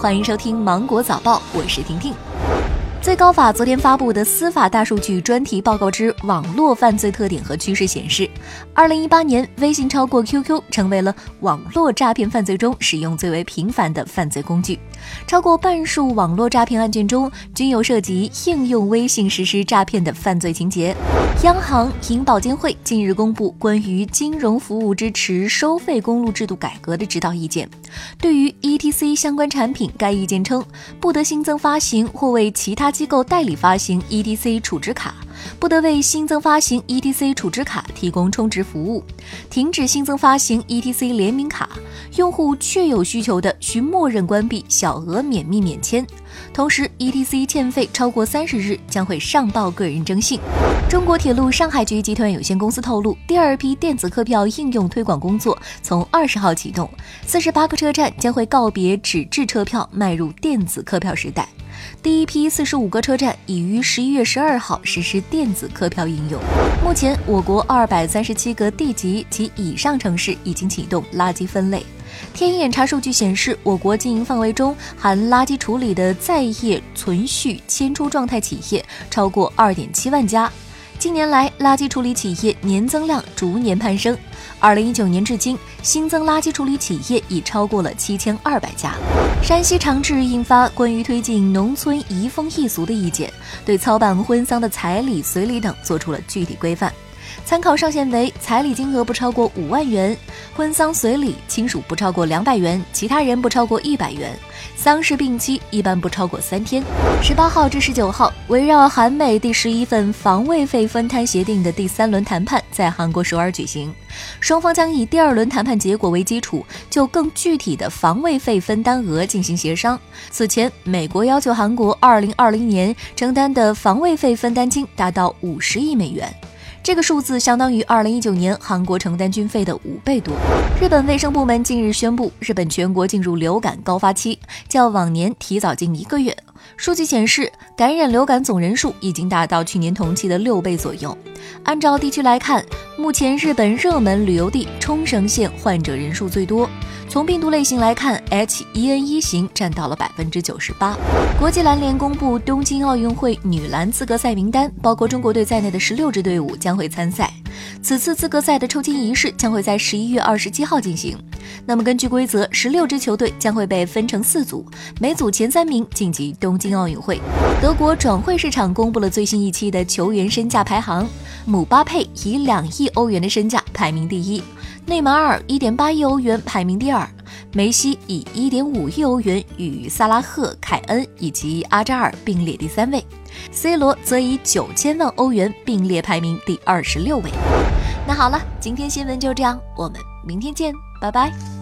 欢迎收听芒果早报，我是婷婷。最高法昨天发布的司法大数据专题报告之网络犯罪特点和趋势显示，2018年微信超过 QQ 成为了网络诈骗犯罪中使用最为频繁的犯罪工具，超过半数网络诈骗案件中均有涉及应用微信实施诈骗的犯罪情节。央行、银保监会近日公布关于金融服务支持收费公路制度改革的指导意见，对于 ETC 相关产品，该意见称不得新增发行或为其他机构代理发行 ETC 储值卡，不得为新增发行 ETC 储值卡提供充值服务，停止新增发行 ETC 联名卡，用户确有需求的需默认关闭小额免密免签。同时 ETC 欠费超过30日将会上报个人征信。中国铁路上海局集团有限公司透露，第二批电子客票应用推广工作从20号启动，48个车站将会告别纸质车票，迈入电子客票时代。第一批45个车站已于11月12号实施电子客票应用。目前，我国237个地级及以上城市已经启动垃圾分类。天眼查数据显示，我国经营范围中含垃圾处理的在业存续迁出状态企业超过2.7万家。近年来，垃圾处理企业年增量逐年攀升，2019年至今，新增垃圾处理企业已超过了7200家。山西长治印发关于推进农村移风易俗的意见，对操办婚丧的彩礼、随礼等做出了具体规范。参考上限为彩礼金额不超过5万元，婚丧随礼亲属不超过200元，其他人不超过100元，丧事病期一般不超过3天。18号至19号，围绕韩美第11份防卫费分摊协定的第3轮谈判在韩国首尔举行，双方将以第2轮谈判结果为基础，就更具体的防卫费分担额进行协商。此前，美国要求韩国2020年承担的防卫费分担金达到50亿美元。这个数字相当于2019年韩国承担军费的5倍多。日本卫生部门近日宣布，日本全国进入流感高发期，较往年提早近1个月。数据显示，感染流感总人数已经达到去年同期的6倍左右。按照地区来看，目前日本热门旅游地冲绳县患者人数最多。从病毒类型来看 ，H1N1 型占到了98%。国际篮联公布东京奥运会女篮资格赛名单，包括中国队在内的16支队伍将会参赛。此次资格赛的抽签仪式将会在11月27号进行。那么根据规则，16支球队将会被分成4组，每组前3名晋级东京奥运会。德国转会市场公布了最新一期的球员身价排行，姆巴佩以2亿欧元的身价排名第1，内马尔1.8亿欧元排名第2，梅西以1.5亿欧元与萨拉赫、凯恩以及阿扎尔并列第3位，C 罗则以9000万欧元并列排名第26位。那好了，今天新闻就这样，我们明天见，拜拜。